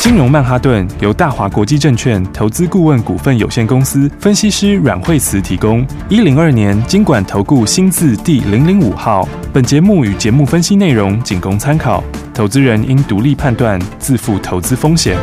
金融曼哈顿由大华国际证券投资顾问股份有限公司分析师阮惠慈提供。102年金管投顾新字第005号。本节目与节目分析内容仅供参考，投资人应独立判断，自负投资风险。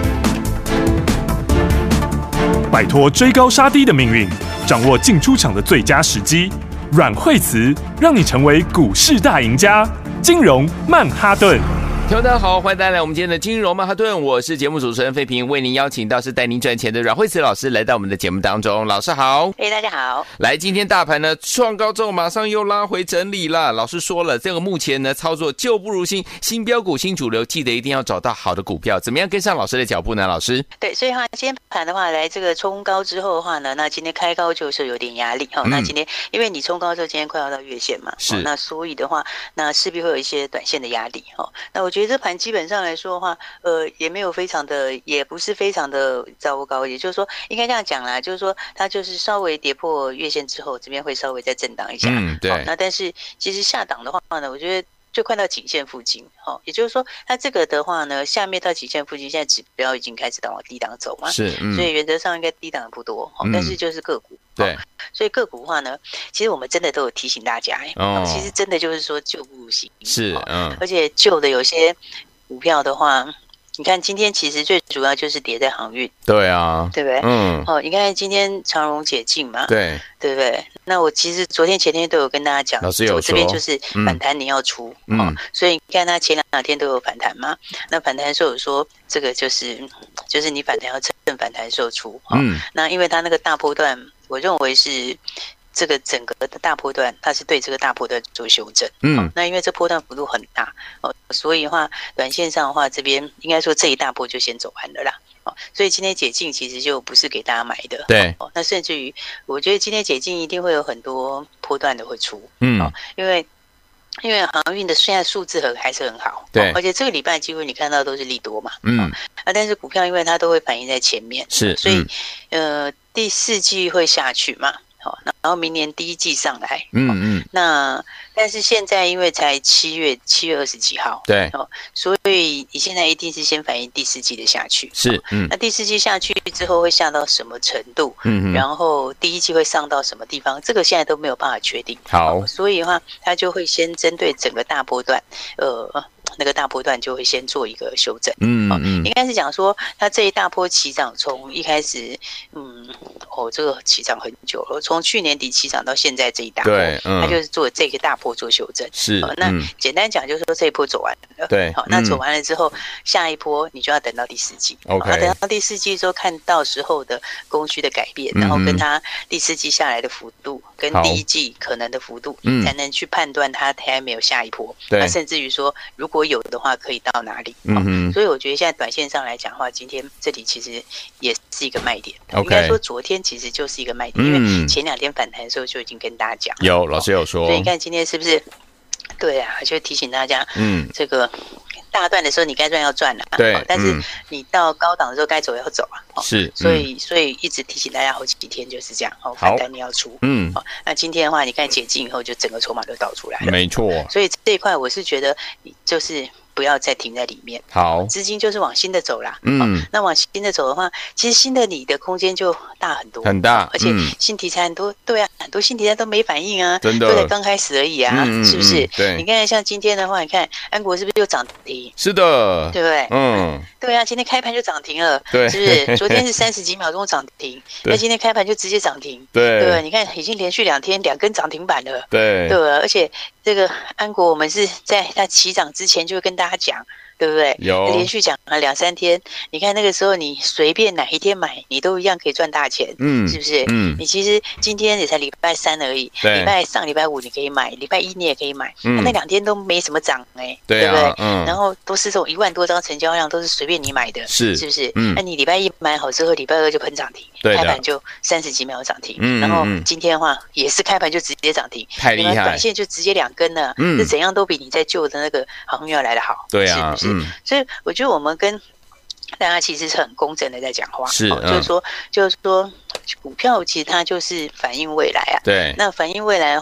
摆脱追高杀低的命运，掌握进出场的最佳时机。阮惠慈让你成为股市大赢家。金融曼哈顿。 听众大家好，欢迎大家来我们今天的金融曼哈顿，我是节目主持人费平，为您邀请到是带您赚钱的阮惠慈老师来到我们的节目当中。老师好。 大家好。 来，今天大盘呢创高之后马上又拉回整理了。老师说了，这个目前呢操作旧不如新，新标股新主流，记得一定要找到好的股票。怎么样跟上老师的脚步呢？老师？ 对，所以今天盘的话，来这个冲高之后的话呢，那今天开高就是有点压力那今天因为你冲高之后，今天快要到月线嘛， 是那所以的话，那势必会有一些短线的压力那我觉得这盘基本上来说的话，也没有非常的，也不是非常的糟糕，也就是说，应该这样讲啦，就是说它就是稍微跌破月线之后，这边会稍微再震荡一下， 对。 那但是其实下档的话呢，我觉得就快到颈线附近，也就是说，它这个的话呢，下面到颈线附近，现在指标已经开始往低档走嘛， 是， 所以原则上应该低档不多，但是就是个股， 对， 所以个股的话呢，其实我们真的都有提醒大家，其实真的就是说旧不如新， 是， 而且旧的有些股票的话，你看今天其实最主要就是跌在航运， 对啊， 对不对？你看今天长荣解禁嘛， 对不对？那我其实昨天前天都有跟大家讲， 老师有说这边就是反弹你要出，所以你看它前2天都有反弹嘛，那反弹的时候有说这个就是你反弹要趁反弹的时候出，那因为它那个大波段，我认为是。这个整个的大波段，它是对这个大波段做修正，那因为这波段幅度很大，所以的话，短线上的话，这边应该说这一大波就先走完了啦，所以今天解禁其实就不是给大家买的， 对， 那甚至于，我觉得今天解禁一定会有很多波段的会出，因为航运的现在数字还是很好， 对， 而且这个礼拜几乎你看到都是利多嘛，但是股票因为它都会反映在前面， 是， 所以第4季会下去嘛。然后明年第1季上来，那但是现在因为才7月20几号， 对， 所以你现在一定是先反映第4季的下去， 是， 那第4季下去之后会下到什么程度，然后第1季会上到什么地方，这个现在都没有办法确定， 好， 所以的话，它就会先针对整个大波段，那个大波段就会先做一个修正，应该是讲说，它这一大波起涨从一开始，这个起涨很久了，从去年底起涨到现在这一大波， 对， 它就是做这个大波做修正， 是， 那简单讲就是说这一波走完了， 对， 好，那走完了之后，下一波你就要等到第4季 ，OK， 等到第4季之后，看到时候的供需的改变，然后跟它第4季下来的幅度，跟第1季可能的幅度，才能去判断它还没有下一波， 对， 甚至于说如果有的话可以到哪里，所以我觉得现在短线上来讲的话，今天这里其实也是一个卖点，应该说昨天其实就是一个卖点，因为前2天反弹的时候就已经跟大家讲， 有老师有说， 所以你看今天是不是？对啊，就提醒大家，这个大段的时候你该赚要赚了， 对， 但是你到高档的时候该走要走啊， 是， 所以一直提醒大家好几天就是这样，反弹你要出，那今天的话，你看解禁以后就整个筹码都倒出来了， 没错， 所以这一块我是觉得就是不要再停在里面， 好， 资金就是往新的走啦，那往新的走的话，其实新的你的空间就大很多， 很大， 而且新题材很多，对啊，很多新题材都没反应啊， 真的都才刚开始而已啊，是不是？ 对， 你看像今天的话，你看安国是不是又涨停？ 是的， 对不对？对啊，今天开盘就涨停了， 对， 是不是？昨天是30几秒钟涨停，那今天开盘就直接涨停， 对， 对，你看已经连续2天2根涨停板了， 对， 对，而且这个安国我们是在它起涨之前就跟大家讲。对不对？ 有连续讲了2-3天，你看那个时候你随便哪一天买，你都一样可以赚大钱，是不是？你其实今天也才礼拜3而已，上礼拜5你可以买，礼拜1你也可以买，那2天都没什么涨对不对？然后都是这种1万多张成交量，都是随便你买的，是不是？那你礼拜1买好之后，礼拜2就喷涨停，开盘就30几秒涨停，然后今天的话也是开盘就直接涨停， 太厉害， 短线就直接2根了，这怎样都比你在旧的那个航运要来得好， 对啊， 是不是？所以我觉得我们跟大家其实是很公正的在讲话， 是， 就是说，股票其实它就是反映未来啊。 对， 那反映未来的话，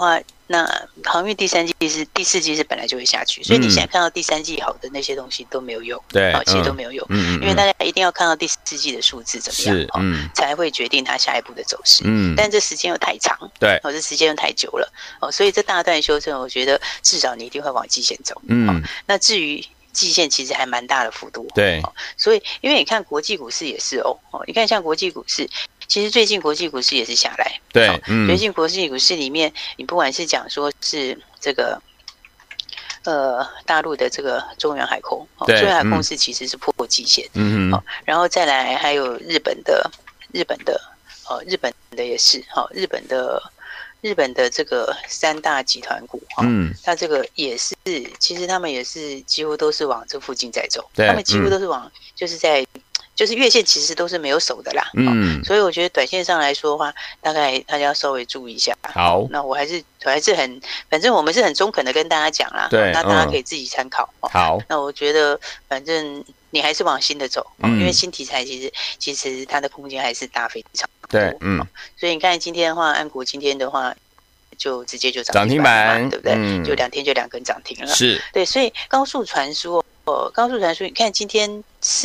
那航运第四季是本来就会下去，所以你现在看到第三季好的那些东西都没有用， 对， 其实都没有用，因为大家一定要看到第四季的数字怎么样，才会决定它下一步的走势，但这时间又太长， 对， 这时间又太久了，所以这大段修正，我觉得至少你一定会往季线走，那至于季线其实还蛮大的幅度， 对， 所以因为你看国际股市也是你看像国际股市。其实最近国际股市也是下来， 对， 最近国际股市里面，你不管是讲说是这个，大陆的这个中原海空，中原海空是其实是破季线，然后再来还有日本的也是，日本的这个三大集团股，它这个也是，其实他们也是几乎都是往这附近在走，他们几乎都是往就是月线其实都是没有守的啦，所以我觉得短线上来说的话，大概大家要稍微注意一下。 好， 那我还是很，反正我们是很中肯的跟大家讲啦， 对， 那大家可以自己参考。 好， 那我觉得反正你还是往新的走，因为新题材其实它的空间还是大非常多， 对， 所以你看今天的话，安国今天的话。就直接就涨停板， 对不对？就2天就2根涨停了， 是对，所以高速传输，你看今天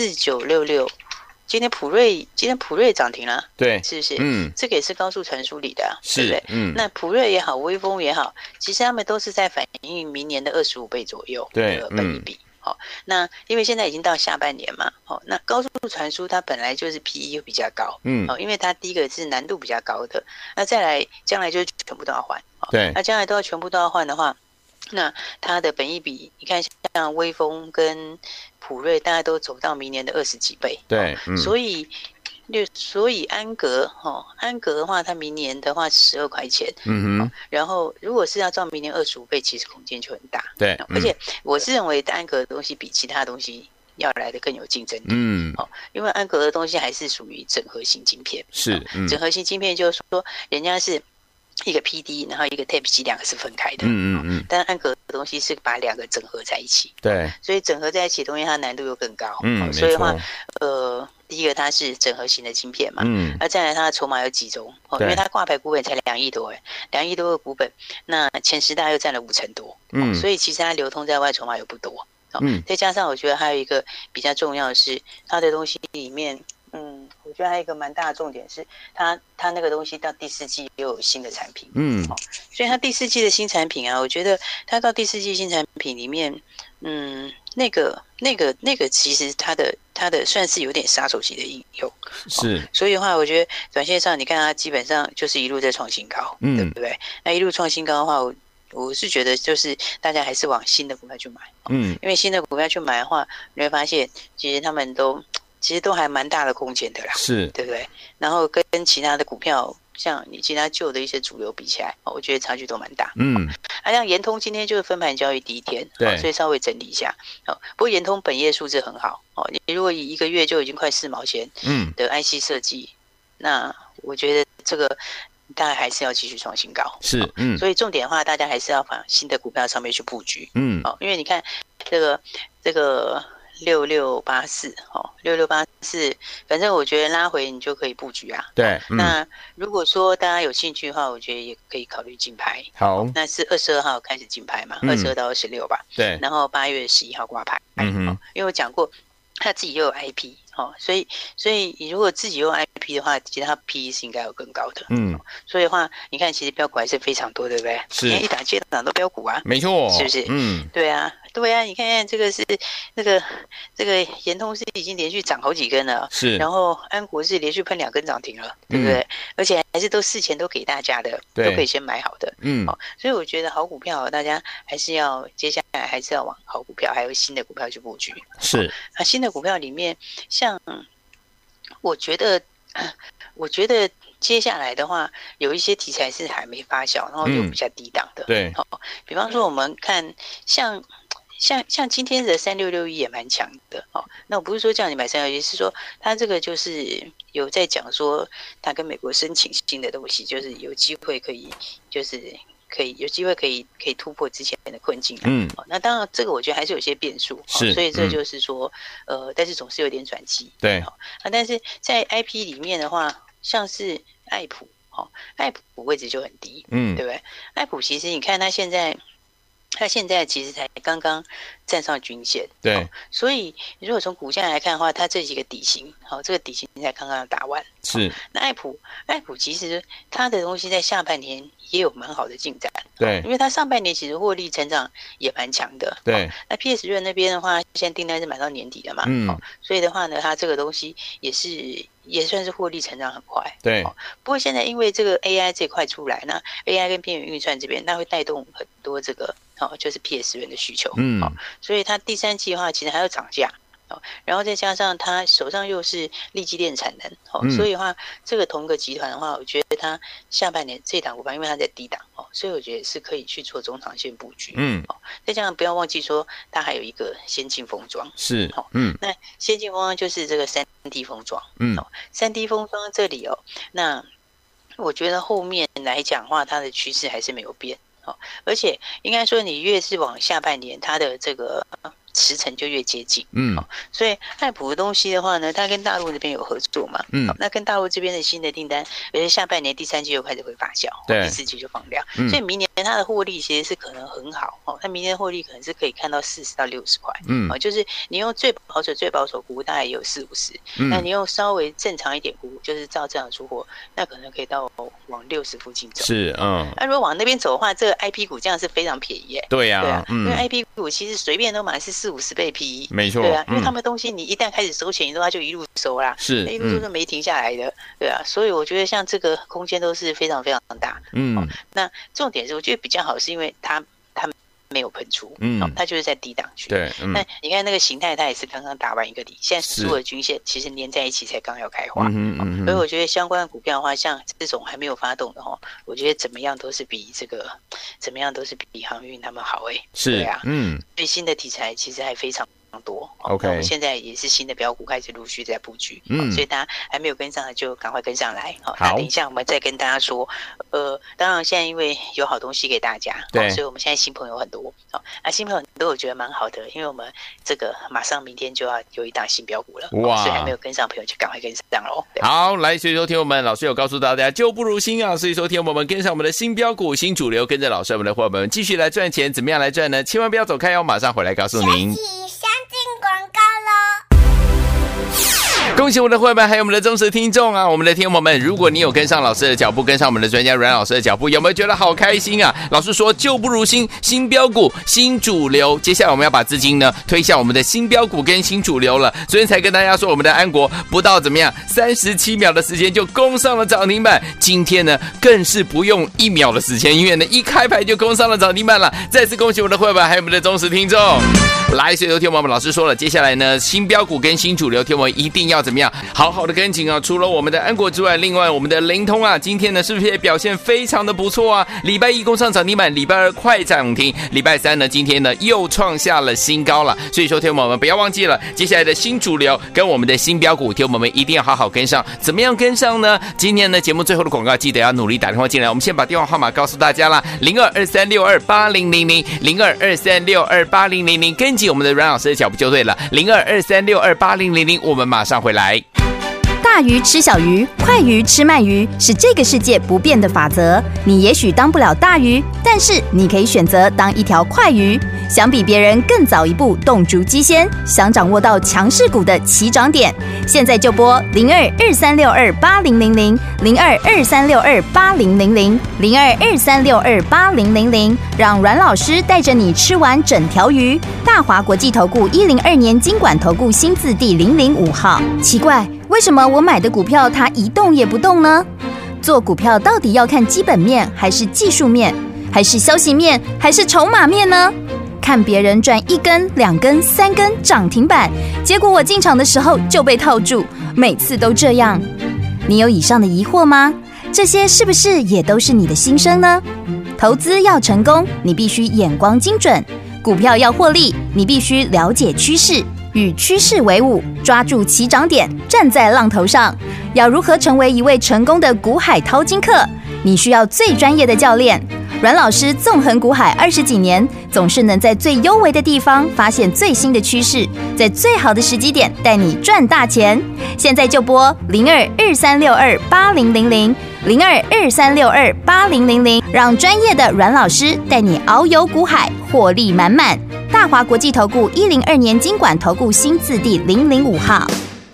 4966，今天普瑞涨停了， 对， 是不是？这个也是高速传输里的， 是， 对不对？那普瑞也好，微风也好，其实他们都是在反映明年的25倍左右的本益比。那因为现在已经到下半年嘛，那高速传输它本来就是 PE 又比较高，因为它第一个是难度比较高的，那再来将来就全部都要换， 对， 那将来全部都要换的话，那它的本益比，你看像微风跟普瑞，大概都走到明年的20几倍， 对， 所以安格的话，它明年的话12块钱，然后如果是要照明年25倍，其实空间就很大， 对， 而且我是认为安格的东西比其他东西要来的更有竞争力，因为安格的东西还是属于整合型晶片， 是， 整合型晶片就是说人家是一个 PD， 然后一个 Type-C 两个是分开的，但安格的东西是把两个整合在一起， 对， 所以整合在一起的东西它难度又更高，所以的话，第一个它是整合型的晶片嘛，那再来它的筹码有集中，因为它挂牌股本才2亿多，2亿多的股本，那前10大又占了50%多，所以其实它流通在外筹码又不多，再加上我觉得还有一个比较重要的是，它的东西里面，我觉得还有一个蛮大的重点是，它那个东西到第4季又有新的产品，所以它第4季的新产品啊，我觉得它到第4季新产品里面，那个其实它的算是有点杀手级的应用， 是， 所以的话，我觉得短线上你看它基本上就是一路在创新高，对不对？那一路创新高的话，我是觉得就是大家还是往新的股票去买，因为新的股票去买的话，你会发现其实他们其实都还蛮大的空间的啦， 是， 对不对？然后跟其他的股票，像你其他旧的一些主流比起来，我觉得差距都蛮大。像研通今天就是分盘交易第一天，所以稍微整理一下。不过研通本业数字很好，你如果以1个月就已经快4毛钱的 IC 设计，那我觉得这个大概还是要继续创新高。 是， 所以重点的话，大家还是要往新的股票上面去布局。因为你看这个。6684，反正我觉得拉回你就可以布局啊。 对， 那如果说大家有兴趣的话，我觉得也可以考虑竞拍。 好， 那是22号开始竞拍嘛，22到26吧。 对， 然后8月11号挂牌。因为我讲过，他自己又有 IP，所以你如果自己用 IP 的话，其实它 PE 是应该有更高的。所以的话，你看其实标股还是非常多，对不对？ 是， 一档接档都标股啊， 没错， 是不是？对啊，你看看这个是这个研通是已经连续涨好几根了， 是， 然后安国是连续喷2根涨停了，对不对？而且还是都事前都给大家的，都可以先买好的。所以我觉得好股票大家还是要接下来还是要往好股票还有新的股票去布局。 是， 新的股票里面，像我觉得接下来的话，有一些题材是还没发酵，然后又比较低档的。 对， 比方说我们看像今天的3661也蛮强的。那我不是说叫你买3661，是说它这个就是有在讲说，它跟美国申请新的东西，就是有机会可以，有机会可以突破之前的困境。那当然这个我觉得还是有些变数，所以这就是说，但是总是有点转机。 对， 但是在 IP 里面的话，像是爱普， 爱普位置就很低，对不对？爱普其实你看它现在其实才刚刚站上均线， 对， 所以如果从股价来看的话，它这几个底型，这个底型才刚刚打完， 是。 那爱普其实它的东西在下半年也有蛮好的进展， 对， 因为它上半年其实获利成长也蛮强的， 对。 那 PS 润那边的话，现在订单是买到年底的嘛，所以的话呢，它这个东西也算是获利成长很快， 对。 不过现在因为这个 AI 这块出来，那 AI 跟边缘运算这边，那会带动很多这个就是 PS 润的需求，所以它第三季的话，其实还要涨价。然后再加上他手上又是力积电产能，所以的话，这个同个集团的话，我觉得它下半年这档股票，因为它在低档，所以我觉得是可以去做中长线布局，再加上不要忘记说，它还有一个先进封装， 是， 那先进封装就是这个3D 封装，3D 封装这里那我觉得后面来讲的话，它的趋势还是没有变，而且应该说，你越是往下半年，它的这个时程就越接近，所以爱普的东西的话呢，它跟大陆那边有合作嘛，那跟大陆这边的新的订单，而且下半年第三季又开始会发酵，第四季就放量，所以明年它的获利其实是可能很好，它明年的获利可能是可以看到40到60块，就是你用最保守估大概也有40-50，那你用稍微正常一点估，就是照这样出货，那可能可以到往60附近走， 是， 那如果往那边走的话，这个 IP 股这样是非常便宜耶， 对呀， 因为 IP 股其实随便都买是40-50倍 PE， 没错， 对啊，因为他们东西你一旦开始收钱，它就一路收啦， 是， 一路收都没停下来的，对啊，所以我觉得像这个空间都是非常非常大，那重点是我觉得比较好，是因为它没有喷出，它就是在低档区， 对， 那你看那个形态，它也是刚刚打完一个底，现在所有的均线其实连在一起才刚要开花，所以我觉得相关的股票的话，像这种还没有发动的我觉得怎么样都是比航运他们好是， 对啊，最新的题材其实还非常多 ，OK， 我们现在也是新的标股开始陆续在布局，所以大家还没有跟上的就赶快跟上来，好，那等一下我们再跟大家说，当然现在因为有好东西给大家，对，所以我们现在新朋友很多，新朋友很多我觉得蛮好的，因为我们这个马上明天就要有一档新标股了，哇，所以还没有跟上朋友就赶快跟上喽。 好，来，所以说听我们老师有告诉大家旧不如新啊，所以说听我们跟上我们的新标股新主流，跟着老师我们的伙伴们继续来赚钱，怎么样来赚呢？千万不要走开哦，马上回来告诉您。恭喜我们的会员还有我们的忠实听众啊！我们的听众们，如果你有跟上老师的脚步，跟上我们的专家阮老师的脚步，有没有觉得好开心啊？老师说旧不如新，新标股新主流，接下来我们要把资金呢推向我们的新标股跟新主流了。昨天才跟大家说，我们的安国不到怎么样37秒的时间就攻上了涨停板，今天呢更是不用1秒的时间，因为呢一开牌就攻上了涨停板了。再次恭喜我们的会员还有我们的忠实听众。来，所以听我们老师说了，接下来呢新标股跟新主流，听我们一定要怎么样好好的跟紧啊！除了我们的安国之外，另外我们的灵通啊，今天呢是不是也表现非常的不错啊？礼拜一攻上涨停板，礼拜二快涨停，礼拜三呢今天呢又创下了新高了。所以说听我们不要忘记了，接下来的新主流跟我们的新标股，听我们一定要好好跟上。怎么样跟上呢？今天呢节目最后的广告，记得要努力打电话进来。我们先把电话号码告诉大家啦，0223628000 0223628000，跟紧我们的阮老师的脚步就对了，0223628000，我们马上回来。 大鱼吃小鱼，快鱼吃慢鱼，是这个世界不变的法则。你也许当不了大鱼，但是你可以选择当一条快鱼。想比别人更早一步动足机先，想掌握到强势股的起涨点，现在就拨0223628000 0223628000 0223628000，让阮老师带着你吃完整条鱼。大华国际投顾102年金管投顾新字第005号。奇怪，为什么我买的股票它一动也不动呢？做股票到底要看基本面，还是技术面，还是消息面，还是筹码面呢？看别人赚1根、2根、3根涨停板，结果我进场的时候就被套住，每次都这样。你有以上的疑惑吗？这些是不是也都是你的心声呢？投资要成功，你必须眼光精准；股票要获利，你必须了解趋势，与趋势为伍，抓住起涨点，站在浪头上。要如何成为一位成功的股海淘金客？你需要最专业的教练。 阮老师纵横股海20几年，总是能在最优微的地方发现最新的趋势，在最好的时机点带你赚大钱。现在就拨02-2362-8000，02-2362-8000，让专业的阮老师带你遨游股海，获利满满。大华国际投顾102年金管投顾新字第005号。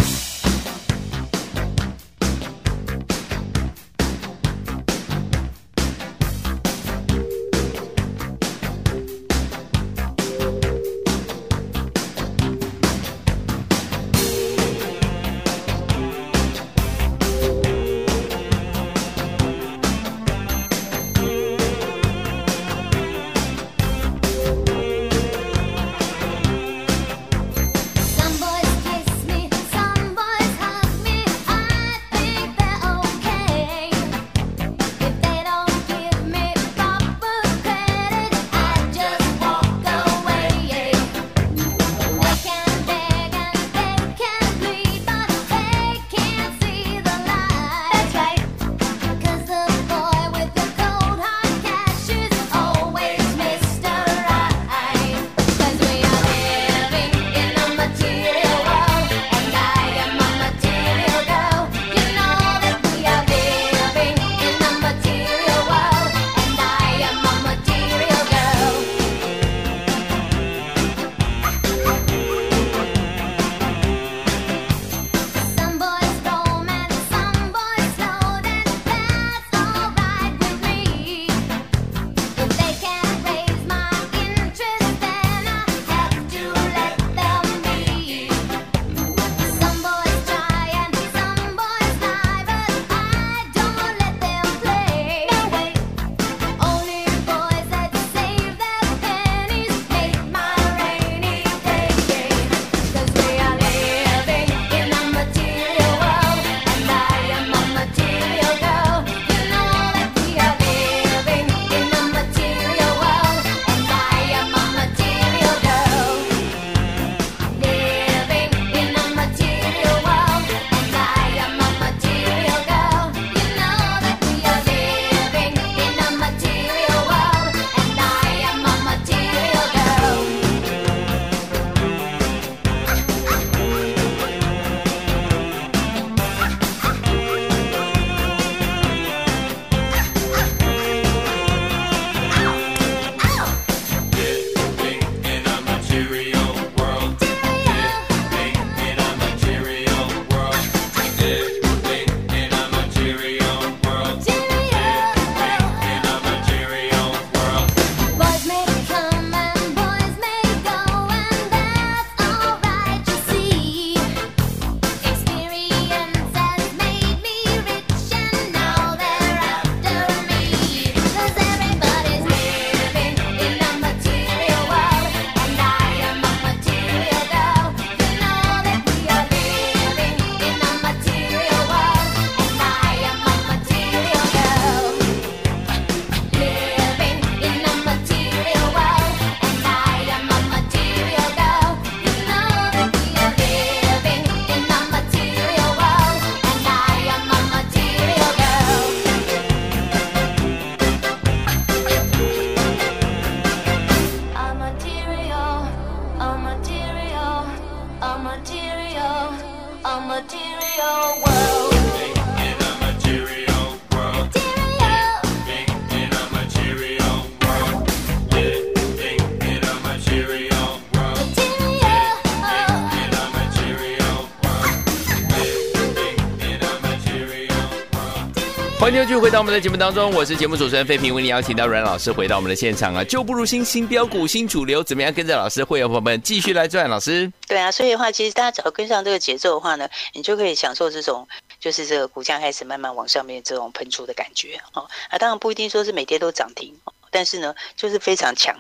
欢迎继续回到我们的节目当中，我是节目主持人费平，为你邀请到阮老师回到我们的现场啊，旧不如新，新标股新主流，怎么样跟着老师会员朋友们继续来赚？老师，对啊， 所以的话，其实大家只要跟上这个节奏的话呢，你就可以享受这种就是这个股价开始慢慢往上面这种喷出的感觉哦。当然不一定说是每天都涨停，但是呢，就是非常强势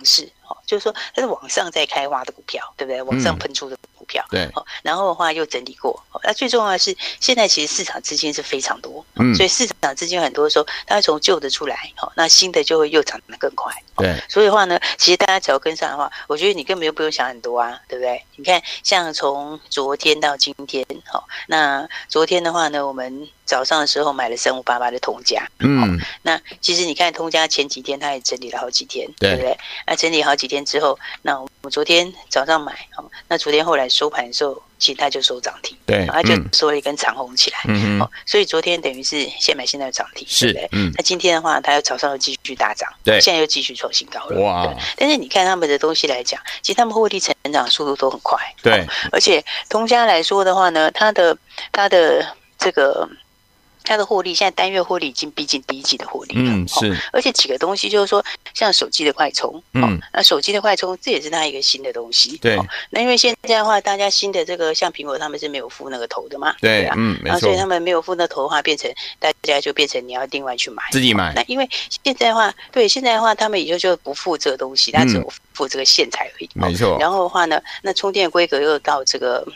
就是说它是往上在开花的股票，对不对？往上喷出的股票， 对。 然后的话又整理过，那最重要的是现在其实市场资金是非常多，所以市场资金很多的时候，它会从旧的出来，那新的就会又涨得更快。 对， 所以的话呢，其实大家只要跟上的话，我觉得你根本就不用想很多啊，对不对？你看，像从昨天到今天，那昨天的话呢，我们早上的时候买了3588的通家，那其实你看通家前几天它也整理了好几天，对不对？那整理好几天之后，那我们昨天早上买，那昨天后来收盘的时候，其实它就收涨停， 对， 它就收了一根长红起来，所以昨天等于是现买现在涨停，对不对？那今天的话，它早上又继续大涨，对，现在又继续创新高了，哇！但是你看他们的东西来讲，其实他们获利成长速度都很快，对，而且通家来说的话呢，它的这个。它的获利现在单月获利已经逼近第一季的获利了，是，而且几个东西就是说，像手机的快充，那手机的快充这也是它一个新的东西，对，那因为现在的话，大家新的这个像苹果他们是没有附那个头的嘛，对啊，没错，所以他们没有附那头的话，变成大家就变成你要另外去买， 自己买， 那因为现在的话，对，现在的话他们也就不附这个东西，它只有附这个线材而已， 没错， 然后的话呢，那充电规格又到这个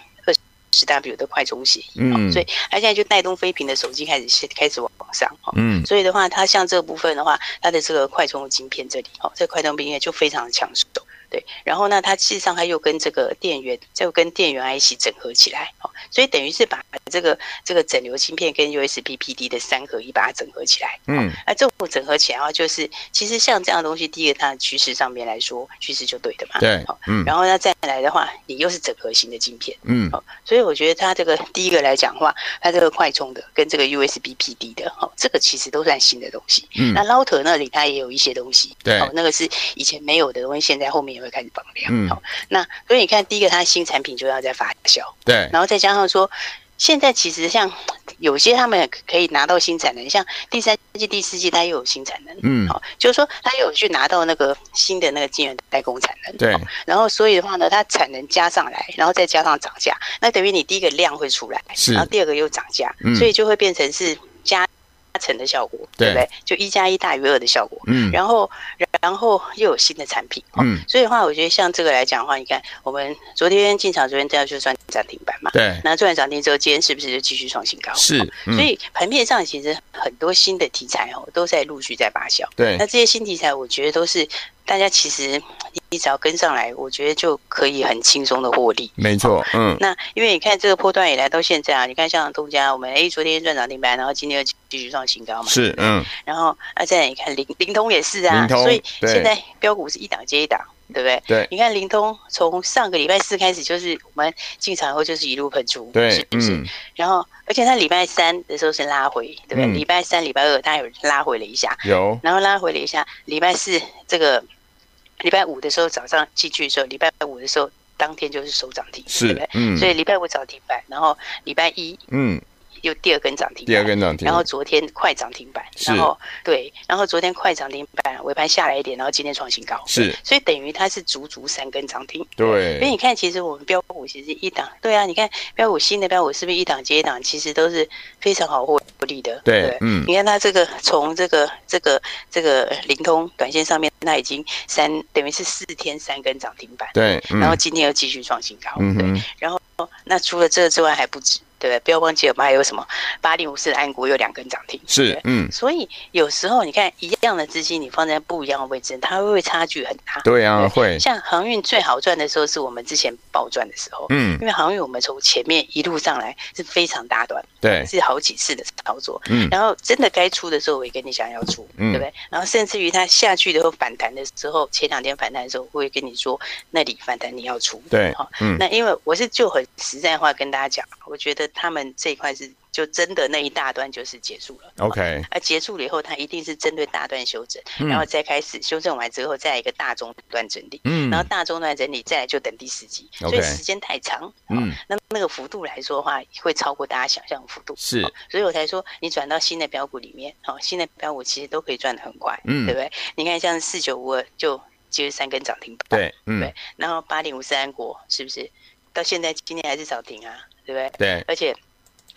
10W 的快充协议，所以它现在就带动非屏的手机开始往上，所以的话，它像这个部分的话，它的这个快充晶片这里，这个快充晶片就非常的抢手，对，然后呢，它事实上它又跟这个电源 IC 整合起来，所以等于是把这个整流晶片跟 USB PD 的3合1把它整合起来，那这种整合起来的话，就是其实像这样的东西，第一个它的趋势上面来说，趋势就对的嘛，对，然后呢再来的话，你又是整合型的晶片，所以我觉得它这个第一个来讲的话，它这个快充的跟这个 USB PD 的，这个其实都算新的东西。那 Router 那里它也有一些东西，对，那个是以前没有的东西，现在后面也会开始放量。那所以你看，第一个它新产品就要在发酵，对，然后再加上说。现在其实像有些他们可以拿到新产能，像第3季、第4季它又有新产能，就是说它又有去拿到那个新的那个晶圆代工产能，对，然后所以的话呢，它产能加上来，然后再加上涨价，那等于你第一个量会出来，然后第二个又涨价，所以就会变成是加成的效果，对不对？就1+1大于2的效果，然后又有新的产品，所以的话，我觉得像这个来讲的话，你看我们昨天进场，昨天这样就算涨停板嘛，对，那做完涨停之后，今天是不是就继续创新高？是，所以盘面上其实很多新的题材都在陆续在发酵，对，那这些新题材，我觉得都是大家其实你只要跟上来，我觉得就可以很轻松的获利， 没错， 那因为你看这个波段以来到现在啊，你看像东家，我们昨天赚涨停板，然后今天又继续创新高嘛，是，然后再来你看灵通也是啊，所以现在标股是一档接一档，对不对？对，你看灵通从上个礼拜4开始，就是我们进场后就是一路喷出，对，是不是？然后而且它礼拜3的时候是拉回，对不对？礼拜3、礼拜2它有拉回了一下，有，然后拉回了一下，礼拜4这个礼拜5的时候早上进去的时候，礼拜5的时候当天就是收涨停，是，对不对？所以礼拜5涨停板，然后礼拜1，又第二根涨停板，然后昨天快涨停板，然后对，然后昨天快涨停板，尾盘下来一点，然后今天创新高，是，所以等于它是足3根涨停，对，所以你看，其实我们标股其实一档，对啊，你看标股新的标股是不是一档接一档，其实都是非常好获利的，对，你看它这个从这个灵通短线上面，它已经等于是4天3根涨停板，对，然后今天又继续创新高，对，然后那除了这之外还不止。对不对？不要忘记我们还有什么8054的安国有2根涨停，是，所以有时候你看一样的资金，你放在不一样的位置，它会差距很大。对啊，会。像航运最好赚的时候，是我们之前暴赚的时候，因为航运我们从前面一路上来是非常大段，对，是好几次的操作，然后真的该出的时候，我也跟你讲要出，对不对？然后甚至于它下去的时候反弹的时候，前2天反弹的时候，我会跟你说那里反弹你要出，对，那因为我是就很实在话跟大家讲，我觉得他们这一块是就真的那一大段就是结束了 ，OK， 而结束了以后，它一定是针对大段修正，然后再开始修正完之后，再来一个大中段整理，然后大中段整理，再来就等第4季，所以时间太长，那个幅度来说的话，会超过大家想象的幅度，是，所以我才说你转到新的标股里面，新的标股其实都可以赚得很快，对不对？你看像4952就接3根涨停板，对，对，然后8054安国是不是到现在今天还是涨停啊？对不对？对，而且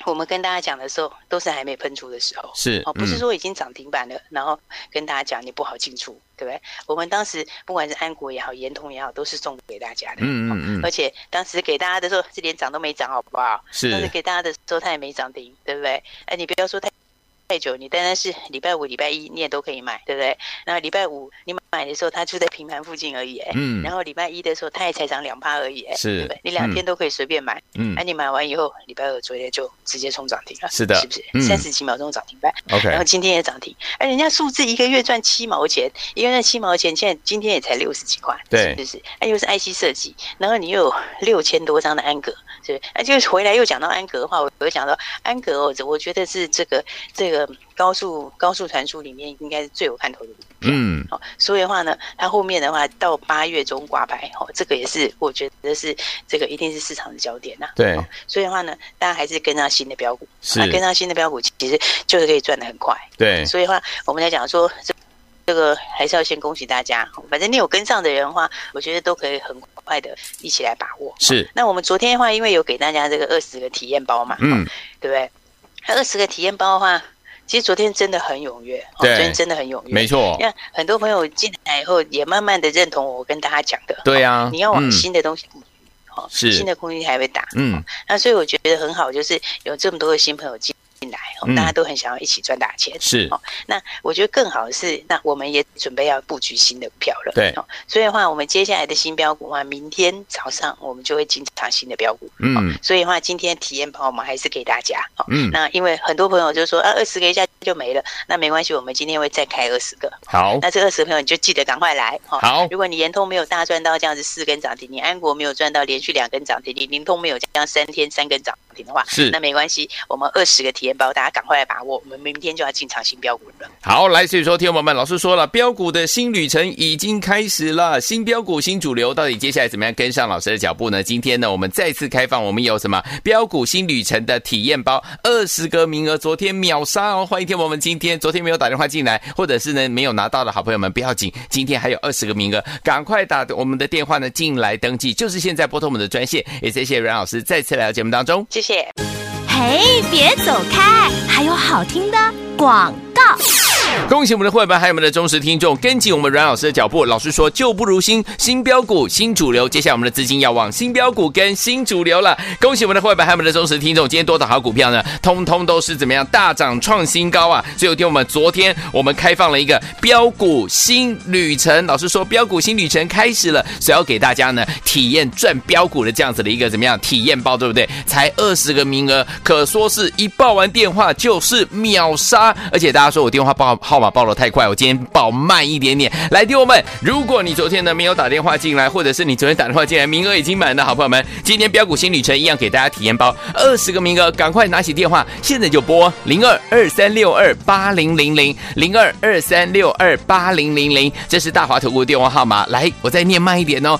我们跟大家讲的时候，都是还没喷出的时候， 是不是说已经涨停板了，然后跟大家讲你不好进出，对不对？我们当时不管是安国也好，研通也好，都是送给大家的，而且当时给大家的时候是连涨都没涨，好不好？ 是， 当时给大家的时候它也没涨停，对不对？哎，你不要说太久，你单单是礼拜五、礼拜一你也都可以买，对不对？然后礼拜五你买的时候，它就在平盘附近而已，然后礼拜一的时候，它也才涨2%而已， 是， 对不对？你2天都可以随便买，你买完以后，礼拜二昨天就直接冲涨停了， 是的， 是不是？30几秒钟涨停板 ，OK， 然后今天也涨停，人家数字一个月赚7毛钱，一个月7毛钱，现在今天也才60几块， 对， 是不是？又是 IC 设计，然后你又有6000多张的安格，是不是？就是回来又讲到安格的话，我有讲到安格我觉得是这个高速传输里面应该是最有看头的股票，所以的话呢，它后面的话到8月中挂牌，这个也是我觉得是这个一定是市场的焦点呐， 对， 所以的话呢，大家还是跟上新的标股， 是跟上新的标股，其实就是可以赚得很快， 对， 所以的话我们来讲说这个还是要先恭喜大家，反正你有跟上的人的话，我觉得都可以很快的一起来把握。 是， 那我们昨天的话，因为有给大家这个20个体验包嘛，对不对？那20个体验包的话，其实昨天真的很踊跃，昨天真的很踊跃， 没错。 因为很多朋友进来以后，也慢慢的认同我跟大家讲的， 对啊， 你要往新的东西布局， 是新的空间还会大，那所以我觉得很好，就是有这么多的新朋友进来，大家都很想要一起赚大钱， 是。 那我觉得更好的是，那我们也准备要布局新的股票了， 对。 所以的话，我们接下来的新标股的话，明天早上我们就会进场新的标股，所以的话，今天体验包我们还是给大家，那因为很多朋友就说20个一下就没了，那没关系，我们今天会再开20个， 好， 那这20个朋友你就记得赶快来， 好。 如果你研通没有大赚到这样子4根涨停，你安国没有赚到连续2根涨停，你灵通没有这样3天3根涨停的话， 是， 那没关系，我们20个体验包大家赶快来把握，我们明天就要进场新标股了。 好，来，所以说听众朋友们，老师说了，标股的新旅程已经开始了，新标股新主流，到底接下来怎么样跟上老师的脚步呢？今天呢，我们再次开放，我们有什么标股新旅程的体验包，20个名额，昨天秒杀哦！欢迎听我们昨天没有打电话进来，或者是呢没有拿到的好朋友们，不要紧，今天还有20个名额，赶快打我们的电话呢进来登记，就是现在拨通我们的专线。也谢谢阮老师再次来到节目当中， 谢谢。 嘿，别走开，还有好听的广告。 恭喜我们的会员还有我们的忠实听众，跟紧我们阮老师的脚步。老师说旧不如新，新标股新主流，接下来我们的资金要往新标股跟新主流了。恭喜我们的会员还有我们的忠实听众，今天多的好股票呢，通通都是怎么样大涨创新高啊！所以有听我们昨天我们开放了一个标股新旅程，老师说标股新旅程开始了，所以要给大家呢体验赚标股的这样子的一个怎么样体验包，对不对？才20个名额，可说是一报完电话就是秒杀，而且大家说我电话号码报得太快，我今天报慢一点点。来，听我们，如果你昨天呢没有打电话进来，或者是你昨天打电话进来名额已经满的好朋友们，今天标股新旅程一样给大家体验包20个名额，赶快拿起电话，现在就拨0223628000 0223628000，这是大华投顾的电话号码。来，我再念慢一点哦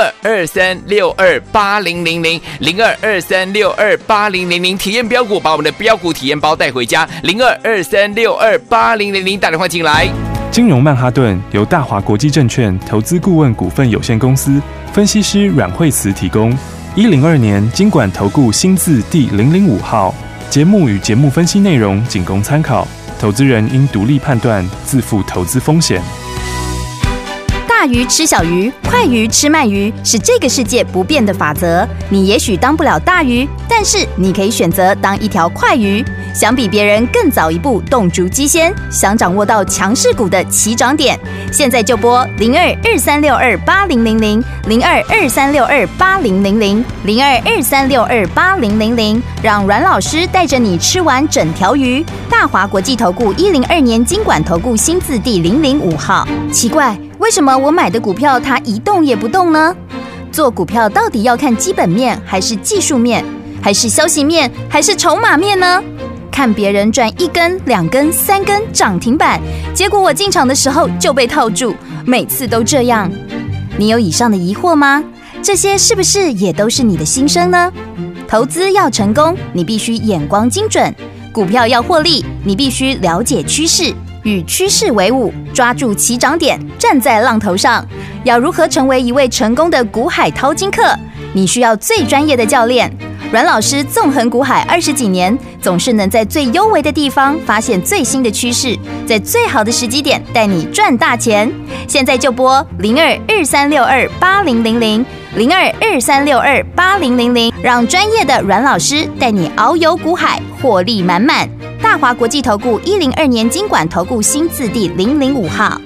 ，0223628000 0223628000，体验标股，把我们的标股体验包带回家，0223628000，打电话进来。 金融曼哈顿由大华国际证券投资顾问股份有限公司分析师阮惠慈提供。102年金管投顾新字第005号。节目与节目分析内容仅供参考，投资人应独立判断，自负投资风险。 大鱼吃小鱼，快鱼吃慢鱼，是这个世界不变的法则。你也许当不了大鱼，但是你可以选择当一条快鱼。想比别人更早一步动足机先，想掌握到强势股的起涨点，现在就拨0223628000 0223628000 0223628000，让阮老师带着你吃完整条鱼。大华国际投顾102年金管投顾新字第005号。奇怪，为什么我买的股票它一动也不动呢？做股票到底要看基本面，还是技术面，还是消息面，还是筹码面呢？看别人赚1根、2根、3根涨停板，结果我进场的时候就被套住，每次都这样。你有以上的疑惑吗？这些是不是也都是你的心声呢？投资要成功，你必须眼光精准；股票要获利，你必须了解趋势，与趋势为伍，抓住起涨点，站在浪头上。要如何成为一位成功的股海淘金客？你需要最专业的教练。 阮老师纵横股海20几年，总是能在最优微的地方发现最新的趋势，在最好的时机点带你赚大钱。现在就拨02-2362-8000，02-2362-8000，让专业的阮老师带你遨游股海，获利满满。大华国际投顾102年金管投顾新字第005号。